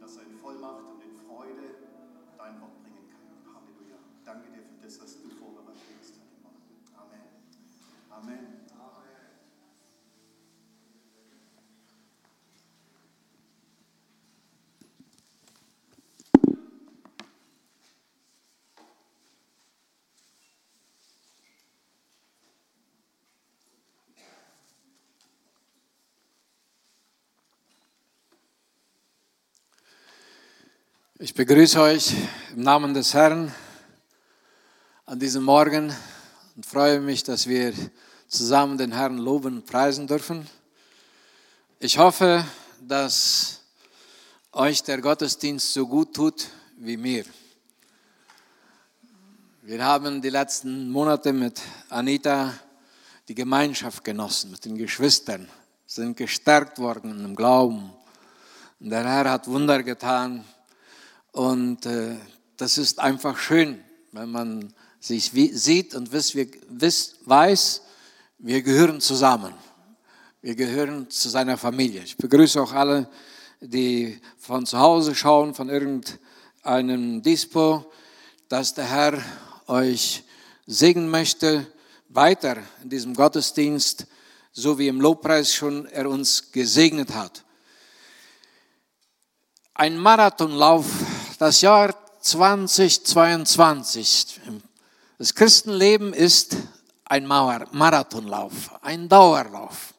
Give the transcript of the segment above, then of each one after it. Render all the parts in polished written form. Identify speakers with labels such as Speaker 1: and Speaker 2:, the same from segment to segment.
Speaker 1: dass er in Vollmacht und in Freude dein Wort bringen kann. Halleluja. Danke dir für das, was du vorbereitet hast heute Morgen. Amen. Amen.
Speaker 2: Ich begrüße euch im Namen des Herrn an diesem Morgen und freue mich, dass wir zusammen den Herrn loben und preisen dürfen. Ich hoffe, dass euch der Gottesdienst so gut tut wie mir. Wir haben die letzten Monate mit Anita die Gemeinschaft genossen, mit den Geschwistern, sind gestärkt worden im Glauben. Und der Herr hat Wunder getan. Und das ist einfach schön, wenn man sich sieht und weiß, wir gehören zusammen. Wir gehören zu seiner Familie. Ich begrüße auch alle, die von zu Hause schauen, von irgendeinem Dispo, dass der Herr euch segnen möchte, weiter in diesem Gottesdienst, so wie im Lobpreis schon er uns gesegnet hat. Ein Marathonlauf, das Jahr 2022. Das Christenleben ist ein Marathonlauf, ein Dauerlauf.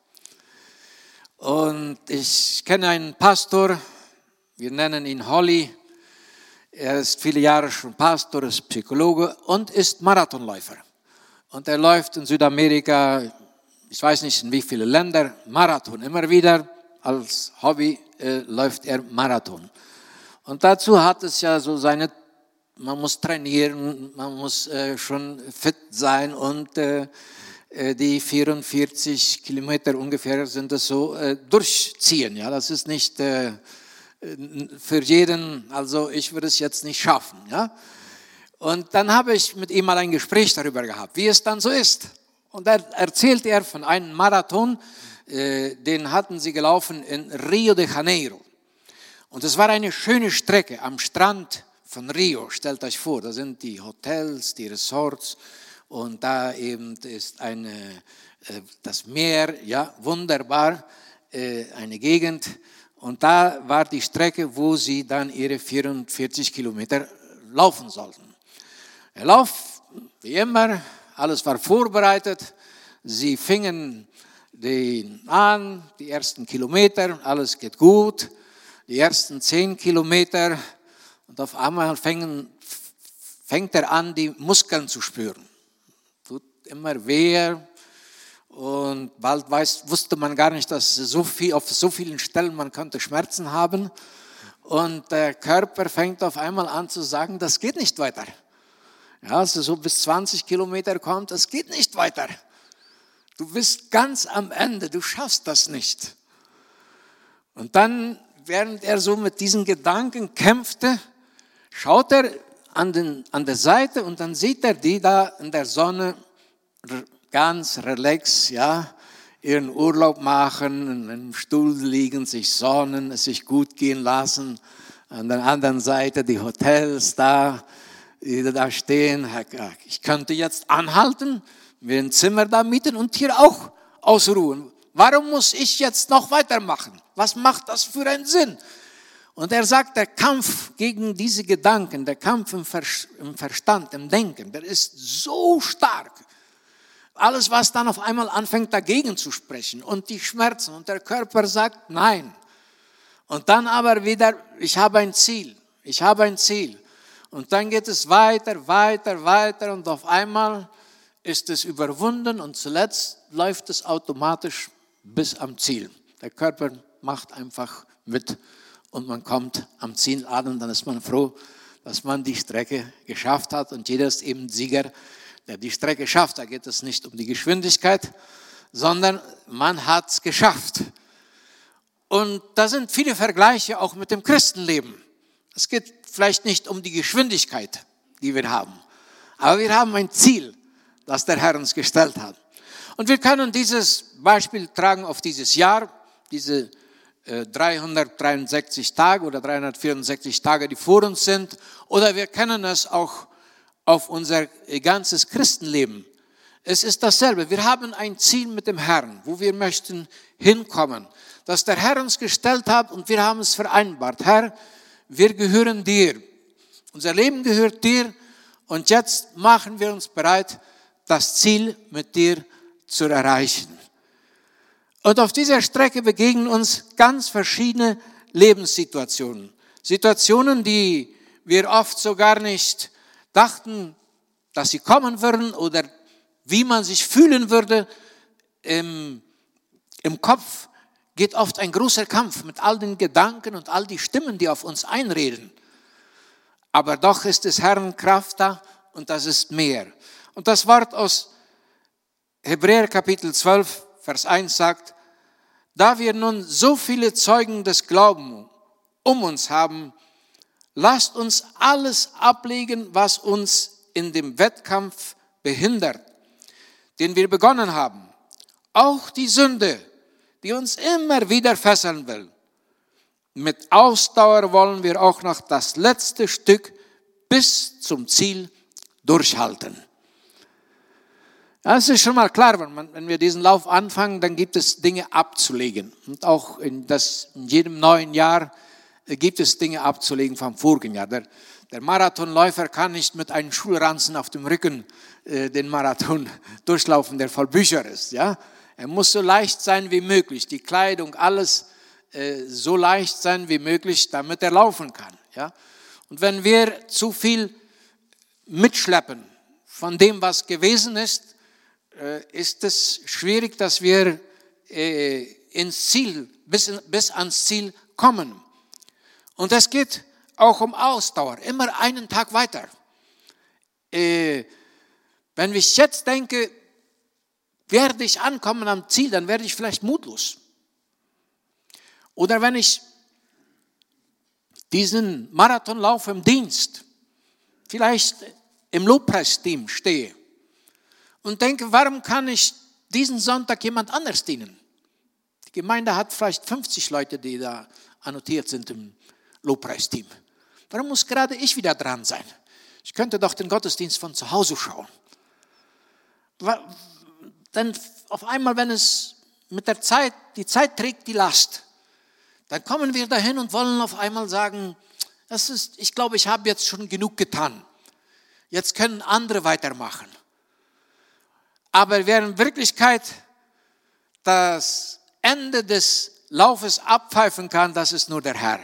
Speaker 2: Und ich kenne einen Pastor, wir nennen ihn Holly. Er ist viele Jahre schon Pastor, ist Psychologe und ist Marathonläufer. Und er läuft in Südamerika, ich weiß nicht in wie viele Länder, Marathon, immer wieder. Als Hobby läuft er Marathon. Und dazu hat es ja so man muss trainieren, man muss schon fit sein und die 44 Kilometer ungefähr sind es so durchziehen. Ja, das ist nicht für jeden, also ich würde es jetzt nicht schaffen. Ja. Und dann habe ich mit ihm mal ein Gespräch darüber gehabt, wie es dann so ist. Und da erzählt er von einem Marathon, den hatten sie gelaufen in Rio de Janeiro. Und es war eine schöne Strecke am Strand von Rio. Stellt euch vor, da sind die Hotels, die Resorts und da eben ist das Meer, ja, wunderbar, eine Gegend. Und da war die Strecke, wo sie dann ihre 44 Kilometer laufen sollten. Der Lauf, wie immer, alles war vorbereitet. Sie fingen an, die ersten Kilometer, alles geht gut, die ersten 10 Kilometer und auf einmal fängt er an, die Muskeln zu spüren. Tut immer weh und bald wusste man gar nicht, dass auf so vielen Stellen man könnte Schmerzen haben und der Körper fängt auf einmal an zu sagen, das geht nicht weiter. Ja, also so bis 20 Kilometer kommt, das geht nicht weiter. Du bist ganz am Ende, du schaffst das nicht. Und dann, während er so mit diesen Gedanken kämpfte, schaut er an der Seite und dann sieht er die da in der Sonne ganz relax, ja, ihren Urlaub machen, in einem Stuhl liegen, sich sonnen, es sich gut gehen lassen. An der anderen Seite die Hotels da, die da stehen. Ich könnte jetzt anhalten, mir ein Zimmer da mieten und hier auch ausruhen. Warum muss ich jetzt noch weitermachen? Was macht das für einen Sinn? Und er sagt, der Kampf gegen diese Gedanken, der Kampf im Verstand, im Denken, der ist so stark. Alles, was dann auf einmal anfängt dagegen zu sprechen und die Schmerzen und der Körper sagt nein. Und dann aber wieder, ich habe ein Ziel. Und dann geht es weiter und auf einmal ist es überwunden und zuletzt läuft es automatisch bis am Ziel. Der Körper macht einfach mit und man kommt am Ziel an und dann ist man froh, dass man die Strecke geschafft hat und jeder ist eben Sieger, der die Strecke schafft. Da geht es nicht um die Geschwindigkeit, sondern man hat es geschafft. Und da sind viele Vergleiche auch mit dem Christenleben. Es geht vielleicht nicht um die Geschwindigkeit, die wir haben, aber wir haben ein Ziel, das der Herr uns gestellt hat. Und wir können dieses Beispiel tragen auf dieses Jahr, diese 363 Tage oder 364 Tage, die vor uns sind. Oder wir kennen es auch auf unser ganzes Christenleben. Es ist dasselbe. Wir haben ein Ziel mit dem Herrn, wo wir möchten hinkommen. Das der Herr uns gestellt hat und wir haben es vereinbart. Herr, wir gehören dir. Unser Leben gehört dir und jetzt machen wir uns bereit, das Ziel mit dir zu erreichen. Und auf dieser Strecke begegnen uns ganz verschiedene Lebenssituationen. Situationen, die wir oft so gar nicht dachten, dass sie kommen würden oder wie man sich fühlen würde. Im Kopf geht oft ein großer Kampf mit all den Gedanken und all die Stimmen, die auf uns einreden. Aber doch ist des Herrn Kraft da und das ist mehr. Und das Wort aus Hebräer Kapitel 12, Vers 1 sagt, da wir nun so viele Zeugen des Glaubens um uns haben, lasst uns alles ablegen, was uns in dem Wettkampf behindert, den wir begonnen haben. Auch die Sünde, die uns immer wieder fesseln will. Mit Ausdauer wollen wir auch noch das letzte Stück bis zum Ziel durchhalten. Das ist schon mal klar, wenn wir diesen Lauf anfangen, dann gibt es Dinge abzulegen. Und auch in jedem neuen Jahr gibt es Dinge abzulegen vom vorigen Jahr. Der Marathonläufer kann nicht mit einem Schulranzen auf dem Rücken den Marathon durchlaufen, der voll Bücher ist. Ja? Er muss so leicht sein wie möglich, die Kleidung, alles so leicht sein wie möglich, damit er laufen kann. Ja? Und wenn wir zu viel mitschleppen von dem, was gewesen ist, ist es schwierig, dass wir bis ans Ziel kommen. Und es geht auch um Ausdauer, immer einen Tag weiter. Wenn ich jetzt denke, werde ich ankommen am Ziel, dann werde ich vielleicht mutlos. Oder wenn ich diesen Marathonlauf im Dienst, vielleicht im Lobpreisteam stehe und denke, warum kann ich diesen Sonntag jemand anders dienen? Die Gemeinde hat vielleicht 50 Leute, die da annotiert sind im Lobpreisteam. Warum muss gerade ich wieder dran sein? Ich könnte doch den Gottesdienst von zu Hause schauen. Dann auf einmal, wenn es mit der Zeit, die Zeit trägt die Last, dann kommen wir dahin und wollen auf einmal sagen, ich glaube, ich habe jetzt schon genug getan. Jetzt können andere weitermachen. Aber wer in Wirklichkeit das Ende des Laufes abpfeifen kann, das ist nur der Herr.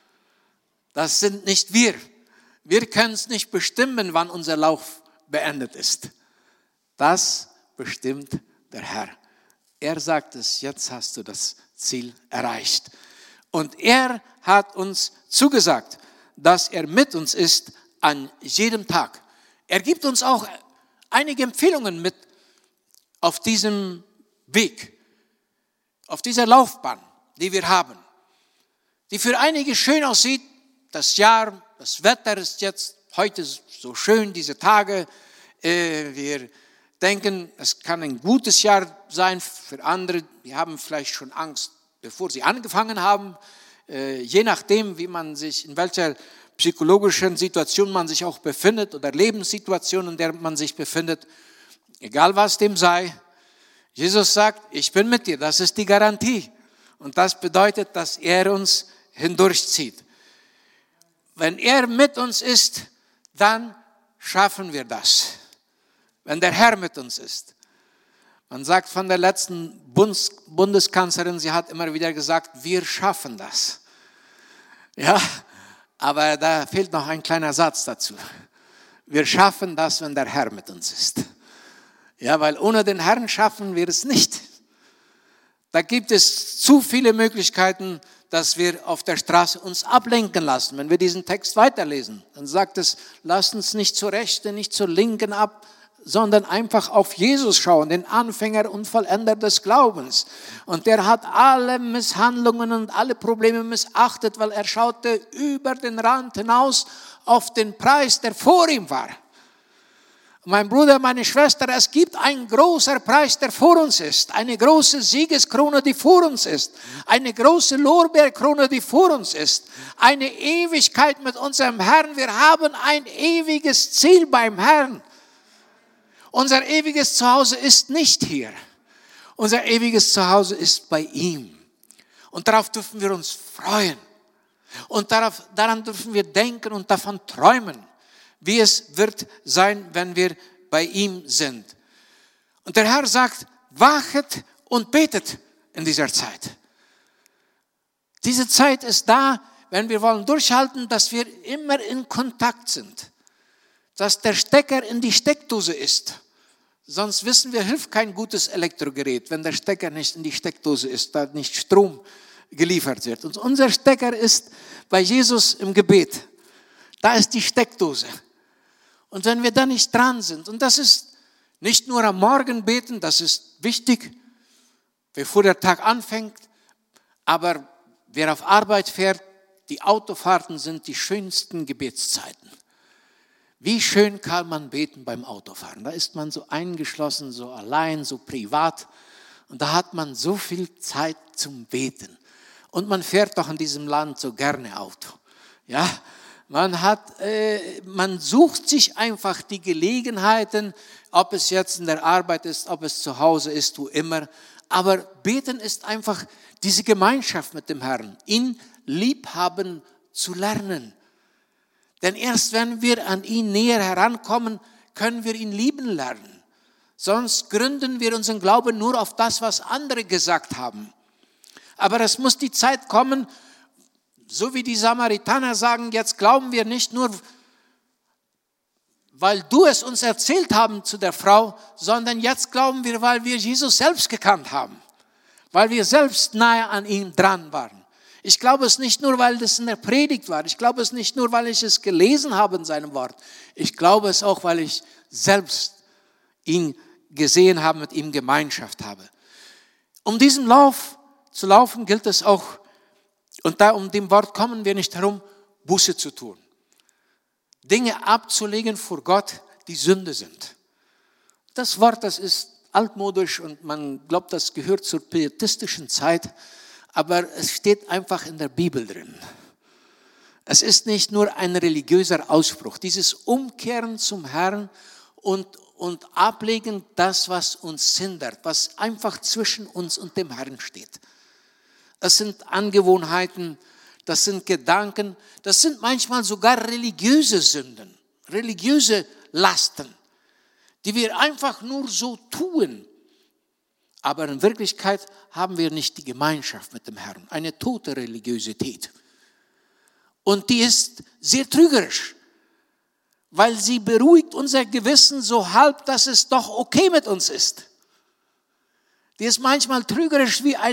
Speaker 2: Das sind nicht wir. Wir können es nicht bestimmen, wann unser Lauf beendet ist. Das bestimmt der Herr. Er sagt es, jetzt hast du das Ziel erreicht. Und er hat uns zugesagt, dass er mit uns ist an jedem Tag. Er gibt uns auch einige Empfehlungen mit auf diesem Weg, auf dieser Laufbahn, die wir haben, die für einige schön aussieht. Das Jahr, das Wetter ist jetzt heute so schön, diese Tage. Wir denken, es kann ein gutes Jahr sein. Für andere, die haben vielleicht schon Angst, bevor sie angefangen haben. Je nachdem, in welcher psychologischen Situation man sich auch befindet oder Lebenssituation, in der man sich befindet. Egal was dem sei, Jesus sagt, ich bin mit dir, das ist die Garantie. Und das bedeutet, dass er uns hindurchzieht. Wenn er mit uns ist, dann schaffen wir das. Wenn der Herr mit uns ist. Man sagt von der letzten Bundeskanzlerin, sie hat immer wieder gesagt, wir schaffen das. Ja, aber da fehlt noch ein kleiner Satz dazu. Wir schaffen das, wenn der Herr mit uns ist. Ja, weil ohne den Herrn schaffen wir es nicht. Da gibt es zu viele Möglichkeiten, dass wir auf der Straße uns ablenken lassen. Wenn wir diesen Text weiterlesen, dann sagt es, lasst uns nicht zur Rechten, nicht zur Linken ab, sondern einfach auf Jesus schauen, den Anfänger und Vollender des Glaubens. Und der hat alle Misshandlungen und alle Probleme missachtet, weil er schaute über den Rand hinaus auf den Preis, der vor ihm war. Mein Bruder, meine Schwester, es gibt einen großen Preis, der vor uns ist. Eine große Siegeskrone, die vor uns ist. Eine große Lorbeerkrone, die vor uns ist. Eine Ewigkeit mit unserem Herrn. Wir haben ein ewiges Ziel beim Herrn. Unser ewiges Zuhause ist nicht hier. Unser ewiges Zuhause ist bei ihm. Und darauf dürfen wir uns freuen. Und daran dürfen wir denken und davon träumen, wie es wird sein, wenn wir bei ihm sind. Und der Herr sagt, wachet und betet in dieser Zeit. Diese Zeit ist da, wenn wir wollen durchhalten, dass wir immer in Kontakt sind. Dass der Stecker in die Steckdose ist. Sonst wissen wir, hilft kein gutes Elektrogerät, wenn der Stecker nicht in die Steckdose ist, da nicht Strom geliefert wird. Und unser Stecker ist bei Jesus im Gebet. Da ist die Steckdose. Und wenn wir da nicht dran sind, und das ist nicht nur am Morgen beten, das ist wichtig, bevor der Tag anfängt, aber wer auf Arbeit fährt, die Autofahrten sind die schönsten Gebetszeiten. Wie schön kann man beten beim Autofahren? Da ist man so eingeschlossen, so allein, so privat und da hat man so viel Zeit zum Beten. Und man fährt doch in diesem Land so gerne Auto, ja. Man sucht sich einfach die Gelegenheiten, ob es jetzt in der Arbeit ist, ob es zu Hause ist, wo immer. Aber beten ist einfach diese Gemeinschaft mit dem Herrn, ihn liebhaben zu lernen. Denn erst wenn wir an ihn näher herankommen, können wir ihn lieben lernen. Sonst gründen wir unseren Glauben nur auf das, was andere gesagt haben. Aber es muss die Zeit kommen, so wie die Samaritaner sagen, jetzt glauben wir nicht nur, weil du es uns erzählt haben zu der Frau, sondern jetzt glauben wir, weil wir Jesus selbst gekannt haben, weil wir selbst nahe an ihm dran waren. Ich glaube es nicht nur, weil das in der Predigt war. Ich glaube es nicht nur, weil ich es gelesen habe in seinem Wort. Ich glaube es auch, weil ich selbst ihn gesehen habe, mit ihm Gemeinschaft habe. Um diesen Lauf zu laufen, gilt es auch, und da um dem Wort kommen wir nicht herum, Buße zu tun. Dinge abzulegen vor Gott, die Sünde sind. Das Wort, das ist altmodisch und man glaubt, das gehört zur pietistischen Zeit, aber es steht einfach in der Bibel drin. Es ist nicht nur ein religiöser Ausspruch. Dieses Umkehren zum Herrn und ablegen das, was uns hindert, was einfach zwischen uns und dem Herrn steht. Das sind Angewohnheiten, das sind Gedanken, das sind manchmal sogar religiöse Sünden, religiöse Lasten, die wir einfach nur so tun. Aber in Wirklichkeit haben wir nicht die Gemeinschaft mit dem Herrn, eine tote Religiosität. Und die ist sehr trügerisch, weil sie beruhigt unser Gewissen so halb, dass es doch okay mit uns ist. Die ist manchmal trügerisch wie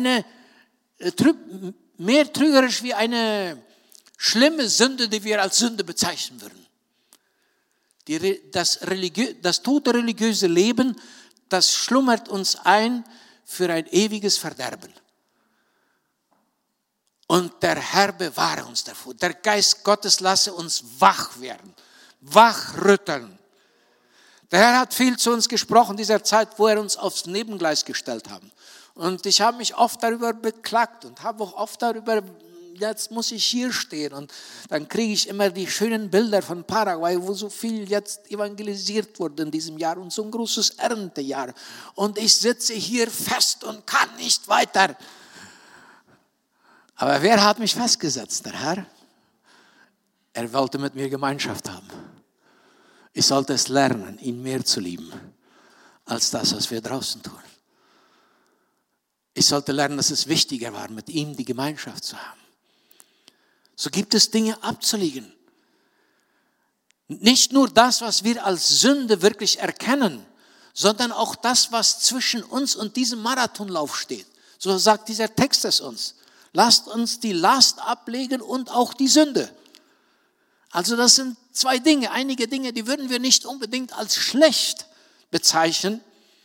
Speaker 2: mehr trügerisch wie eine schlimme Sünde, die wir als Sünde bezeichnen würden. Das tote religiöse Leben, das schlummert uns ein für ein ewiges Verderben. Und der Herr bewahre uns davor. Der Geist Gottes lasse uns wach werden, wachrütteln. Der Herr hat viel zu uns gesprochen in dieser Zeit, wo er uns aufs Nebengleis gestellt hat. Und ich habe mich oft darüber beklagt und habe auch oft darüber, jetzt muss ich hier stehen. Und dann kriege ich immer die schönen Bilder von Paraguay, wo so viel jetzt evangelisiert wurde in diesem Jahr und so ein großes Erntejahr. Und ich sitze hier fest und kann nicht weiter. Aber wer hat mich festgesetzt? Der Herr. Er wollte mit mir Gemeinschaft haben. Ich sollte es lernen, ihn mehr zu lieben, als das, was wir draußen tun. Ich sollte lernen, dass es wichtiger war, mit ihm die Gemeinschaft zu haben. So gibt es Dinge abzulegen. Nicht nur das, was wir als Sünde wirklich erkennen, sondern auch das, was zwischen uns und diesem Marathonlauf steht. So sagt dieser Text es uns. Lasst uns die Last ablegen und auch die Sünde. Also das sind zwei Dinge. Einige Dinge, die würden wir nicht unbedingt als schlecht bezeichnen,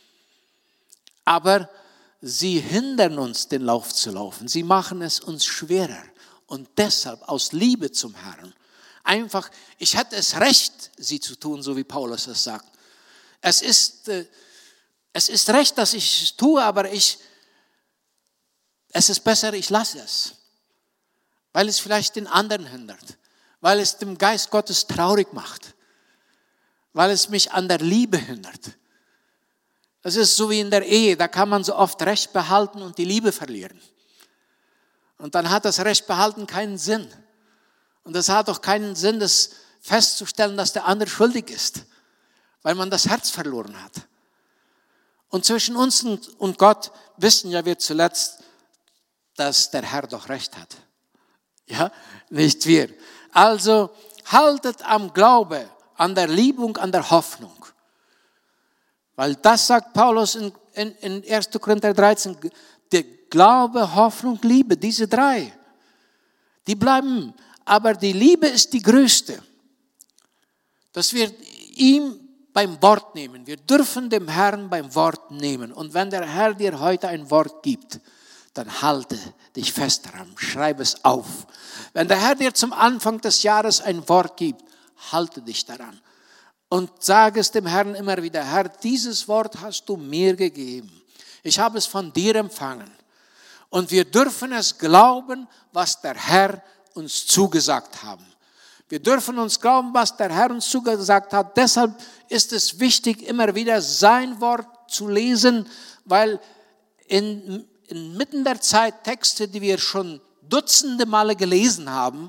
Speaker 2: aber sie hindern uns, den Lauf zu laufen. Sie machen es uns schwerer. Und deshalb aus Liebe zum Herrn, einfach, ich hätte es recht, sie zu tun, so wie Paulus es sagt. es ist recht, dass ich es tue, aber es ist besser, ich lasse es. Weil es vielleicht den anderen hindert. Weil es dem Geist Gottes traurig macht. Weil es mich an der Liebe hindert. Das ist so wie in der Ehe, da kann man so oft Recht behalten und die Liebe verlieren. Und dann hat das Recht behalten keinen Sinn. Und es hat auch keinen Sinn, das festzustellen, dass der andere schuldig ist, weil man das Herz verloren hat. Und zwischen uns und Gott wissen ja wir zuletzt, dass der Herr doch recht hat. Ja, nicht wir. Also haltet am Glaube, an der Liebung, an der Hoffnung. Weil das sagt Paulus in 1. Korinther 13, der Glaube, Hoffnung, Liebe, diese drei, die bleiben. Aber die Liebe ist die größte. Dass wir ihm beim Wort nehmen. Wir dürfen dem Herrn beim Wort nehmen. Und wenn der Herr dir heute ein Wort gibt, dann halte dich fest daran, schreibe es auf. Wenn der Herr dir zum Anfang des Jahres ein Wort gibt, halte dich daran. Und sage es dem Herrn immer wieder, Herr, dieses Wort hast du mir gegeben. Ich habe es von dir empfangen. Und wir dürfen es glauben, was der Herr uns zugesagt hat. Wir dürfen uns glauben, was der Herr uns zugesagt hat. Deshalb ist es wichtig, immer wieder sein Wort zu lesen, weil inmitten der Zeit Texte, die wir schon dutzende Male gelesen haben,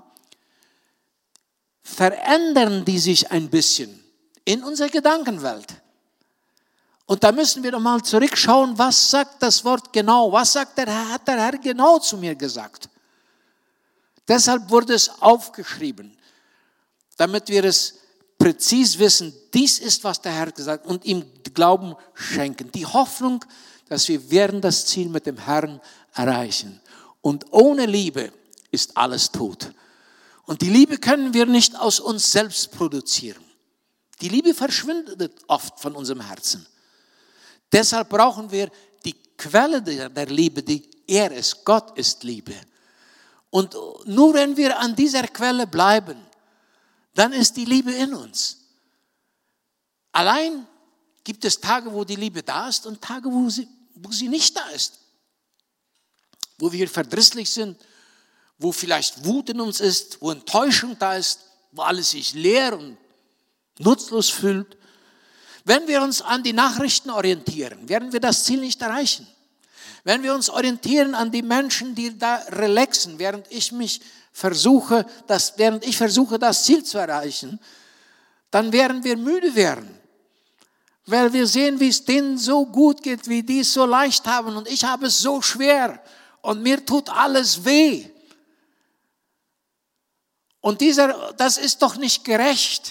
Speaker 2: verändern die sich ein bisschen in unserer Gedankenwelt. Und da müssen wir doch mal zurückschauen, was sagt das Wort genau? Was hat der Herr genau zu mir gesagt? Deshalb wurde es aufgeschrieben, damit wir es präzise wissen, dies ist, was der Herr gesagt hat und ihm Glauben schenken. Die Hoffnung, dass wir werden das Ziel mit dem Herrn erreichen. Und ohne Liebe ist alles tot. Und die Liebe können wir nicht aus uns selbst produzieren. Die Liebe verschwindet oft von unserem Herzen. Deshalb brauchen wir die Quelle der Liebe, die er ist. Gott ist Liebe. Und nur wenn wir an dieser Quelle bleiben, dann ist die Liebe in uns. Allein gibt es Tage, wo die Liebe da ist und Tage, wo sie nicht da ist. Wo wir verdrießlich sind, wo vielleicht Wut in uns ist, wo Enttäuschung da ist, wo alles sich leer und nutzlos fühlt. Wenn wir uns an die Nachrichten orientieren, werden wir das Ziel nicht erreichen. Wenn wir uns orientieren an die Menschen, die da relaxen, während ich versuche, das Ziel zu erreichen, dann werden wir müde werden. Weil wir sehen, wie es denen so gut geht, wie die es so leicht haben und ich habe es so schwer und mir tut alles weh. Und das ist doch nicht gerecht.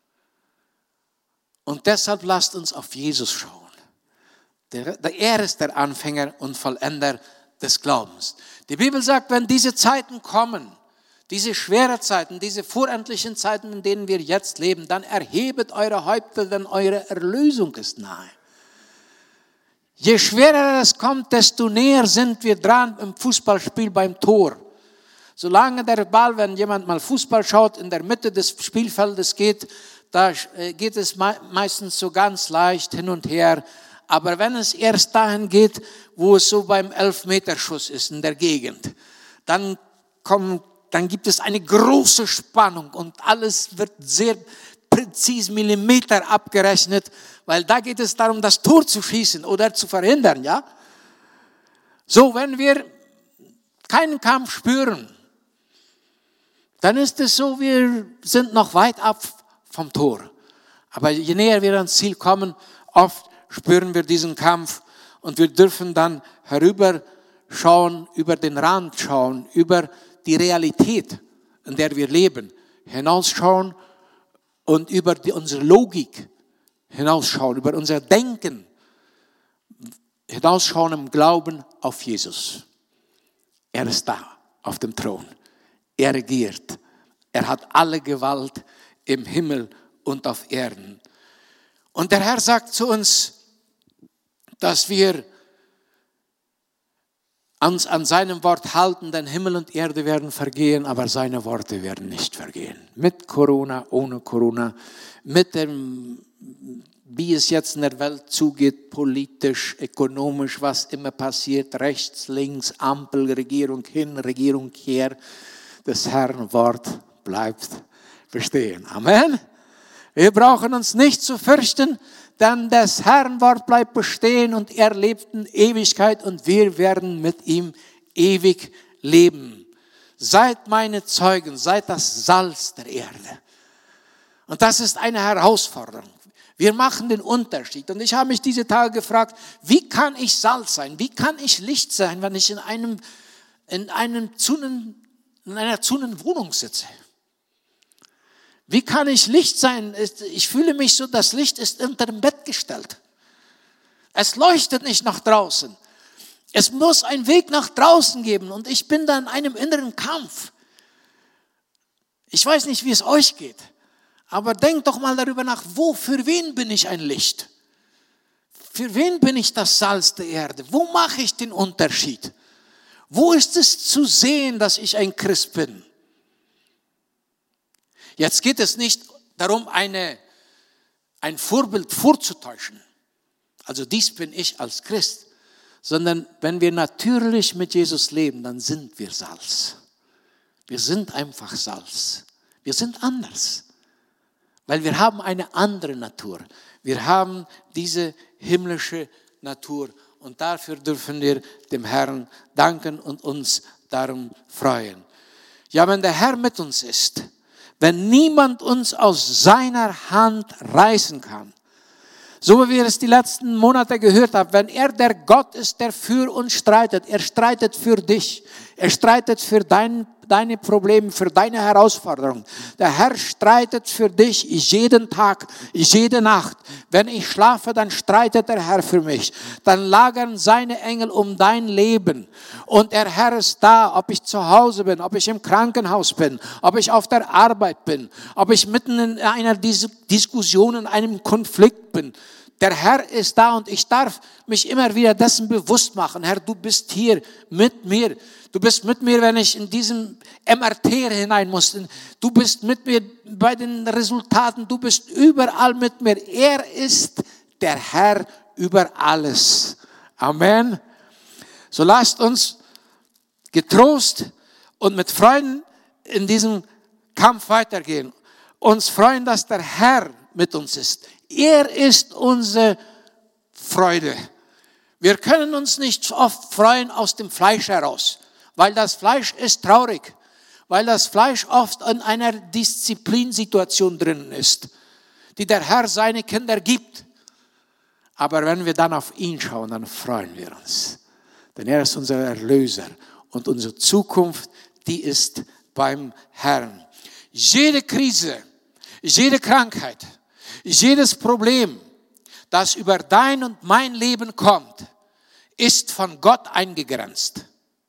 Speaker 2: Und deshalb lasst uns auf Jesus schauen. Er ist der Anfänger und Vollender des Glaubens. Die Bibel sagt, wenn diese Zeiten kommen, diese schweren Zeiten, diese vorendlichen Zeiten, in denen wir jetzt leben, dann erhebet eure Häupter, denn eure Erlösung ist nahe. Je schwerer es kommt, desto näher sind wir dran im Fußballspiel beim Tor. Solange der Ball, wenn jemand mal Fußball schaut, in der Mitte des Spielfeldes geht, da geht es meistens so ganz leicht hin und her. Aber wenn es erst dahin geht, wo es so beim Elfmeterschuss ist in der Gegend, dann gibt es eine große Spannung und alles wird sehr präzise Millimeter abgerechnet, weil da geht es darum, das Tor zu schießen oder zu verhindern, ja? So, wenn wir keinen Kampf spüren, dann ist es so, wir sind noch weit ab vom Tor. Aber je näher wir ans Ziel kommen, oft spüren wir diesen Kampf und wir dürfen dann herüberschauen, über den Rand schauen, über die Realität, in der wir leben, hinausschauen und über unsere Logik hinausschauen, über unser Denken hinausschauen im Glauben auf Jesus. Er ist da auf dem Thron. Er regiert. Er hat alle Gewalt im Himmel und auf Erden. Und der Herr sagt zu uns, dass wir uns an seinem Wort halten, denn Himmel und Erde werden vergehen, aber seine Worte werden nicht vergehen. Mit Corona, ohne Corona, mit dem wie es jetzt in der Welt zugeht, politisch, ökonomisch, was immer passiert, rechts, links, Ampel, Regierung hin, Regierung her, das Herrn Wort bleibt bestehen. Amen. Wir brauchen uns nicht zu fürchten, denn das Herrn Wort bleibt bestehen und er lebt in Ewigkeit und wir werden mit ihm ewig leben. Seid meine Zeugen, seid das Salz der Erde. Und das ist eine Herausforderung. Wir machen den Unterschied. Und ich habe mich diese Tage gefragt, wie kann ich Salz sein? Wie kann ich Licht sein, wenn ich in einer Wohnung sitze? Wie kann ich Licht sein? Ich fühle mich so, das Licht ist unter dem Bett gestellt. Es leuchtet nicht nach draußen. Es muss einen Weg nach draußen geben und ich bin da in einem inneren Kampf. Ich weiß nicht, wie es euch geht, aber denkt doch mal darüber nach, für wen bin ich ein Licht? Für wen bin ich das Salz der Erde? Wo mache ich den Unterschied? Wo ist es zu sehen, dass ich ein Christ bin? Jetzt geht es nicht darum, ein Vorbild vorzutäuschen. Also dies bin ich als Christ. Sondern wenn wir natürlich mit Jesus leben, dann sind wir Salz. Wir sind einfach Salz. Wir sind anders. Weil wir haben eine andere Natur. Wir haben diese himmlische Natur. Und dafür dürfen wir dem Herrn danken und uns darum freuen. Ja, wenn der Herr mit uns ist, wenn niemand uns aus seiner Hand reißen kann, so wie wir es die letzten Monate gehört haben, wenn er der Gott ist, der für uns streitet, er streitet für dich, er streitet für deine Probleme, für deine Herausforderungen. Der Herr streitet für dich jeden Tag, jede Nacht. Wenn ich schlafe, dann streitet der Herr für mich. Dann lagern seine Engel um dein Leben. Und der Herr ist da, ob ich zu Hause bin, ob ich im Krankenhaus bin, ob ich auf der Arbeit bin, ob ich mitten in einer Diskussion, in einem Konflikt bin. Der Herr ist da und ich darf mich immer wieder dessen bewusst machen. Herr, du bist hier mit mir. Du bist mit mir, wenn ich in diesem MRT hinein muss. Du bist mit mir bei den Resultaten. Du bist überall mit mir. Er ist der Herr über alles. Amen. So lasst uns getrost und mit Freuden in diesem Kampf weitergehen. Uns freuen, dass der Herr mit uns ist. Er ist unsere Freude. Wir können uns nicht oft freuen aus dem Fleisch heraus, weil das Fleisch ist traurig, weil das Fleisch oft in einer Disziplinsituation drin ist, die der Herr seine Kinder gibt. Aber wenn wir dann auf ihn schauen, dann freuen wir uns. Denn er ist unser Erlöser und unsere Zukunft, die ist beim Herrn. Jede Krise, jede Krankheit, jedes Problem, das über dein und mein Leben kommt, ist von Gott eingegrenzt.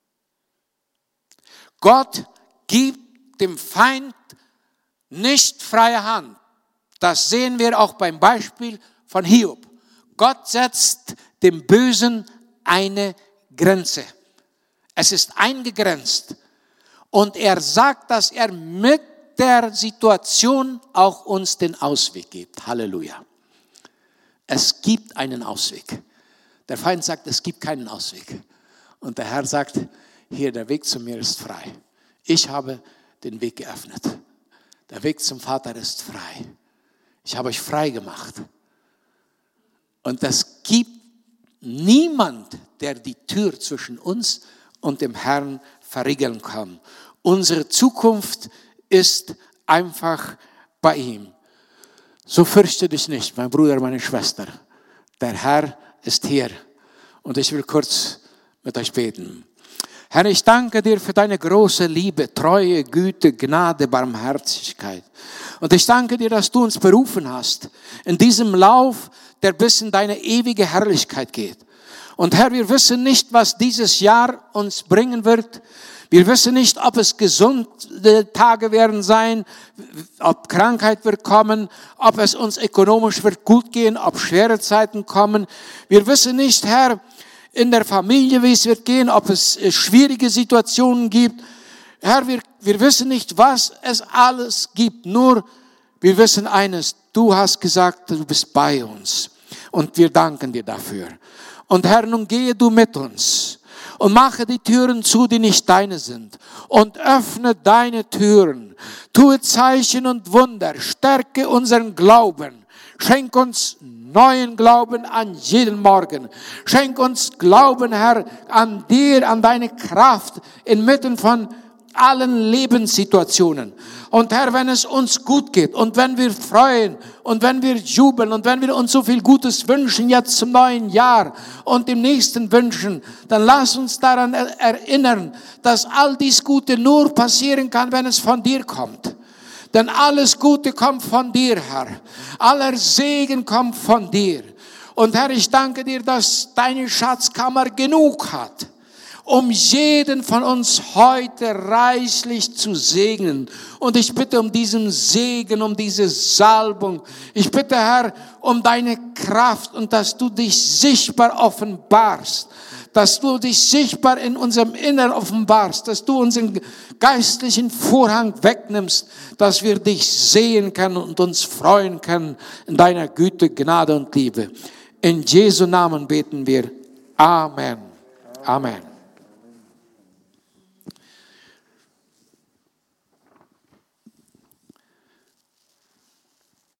Speaker 2: Gott gibt dem Feind nicht freie Hand. Das sehen wir auch beim Beispiel von Hiob. Gott setzt dem Bösen eine Grenze. Es ist eingegrenzt. Und er sagt, dass er mit der Situation auch uns den Ausweg gibt. Halleluja. Es gibt einen Ausweg. Der Feind sagt, es gibt keinen Ausweg. Und der Herr sagt, hier, der Weg zu mir ist frei. Ich habe den Weg geöffnet. Der Weg zum Vater ist frei. Ich habe euch frei gemacht. Und es gibt niemand, der die Tür zwischen uns und dem Herrn verriegeln kann. Unsere Zukunft ist einfach bei ihm. So fürchte dich nicht, mein Bruder, meine Schwester. Der Herr ist hier. Und ich will kurz mit euch beten. Herr, ich danke dir für deine große Liebe, Treue, Güte, Gnade, Barmherzigkeit. Und ich danke dir, dass du uns berufen hast in diesem Lauf, der bis in deine ewige Herrlichkeit geht. Und Herr, wir wissen nicht, was dieses Jahr uns bringen wird. Wir wissen nicht, ob es gesunde Tage werden sein, ob Krankheit wird kommen, ob es uns ökonomisch wird gut gehen, ob schwere Zeiten kommen. Wir wissen nicht, Herr, in der Familie, wie es wird gehen, ob es schwierige Situationen gibt. Herr, wir wissen nicht, was es alles gibt. Nur, wir wissen eines, du hast gesagt, du bist bei uns. Und wir danken dir dafür. Und Herr, nun gehe du mit uns und mache die Türen zu, die nicht deine sind. Und öffne deine Türen. Tue Zeichen und Wunder. Stärke unseren Glauben. Schenk uns neuen Glauben an jeden Morgen. Schenk uns Glauben, Herr, an dir, an deine Kraft inmitten von allen Lebenssituationen. Und Herr, wenn es uns gut geht und wenn wir freuen und wenn wir jubeln und wenn wir uns so viel Gutes wünschen jetzt zum neuen Jahr und dem nächsten wünschen, dann lass uns daran erinnern, dass all dies Gute nur passieren kann, wenn es von dir kommt. Denn alles Gute kommt von dir, Herr. Aller Segen kommt von dir. Und Herr, ich danke dir, dass deine Schatzkammer genug hat, um jeden von uns heute reichlich zu segnen. Und ich bitte um diesen Segen, um diese Salbung. Ich bitte, Herr, um deine Kraft und dass du dich sichtbar offenbarst. Dass du dich sichtbar in unserem Innern offenbarst. Dass du unseren geistlichen Vorhang wegnimmst. Dass wir dich sehen können und uns freuen können in deiner Güte, Gnade und Liebe. In Jesu Namen beten wir. Amen. Amen.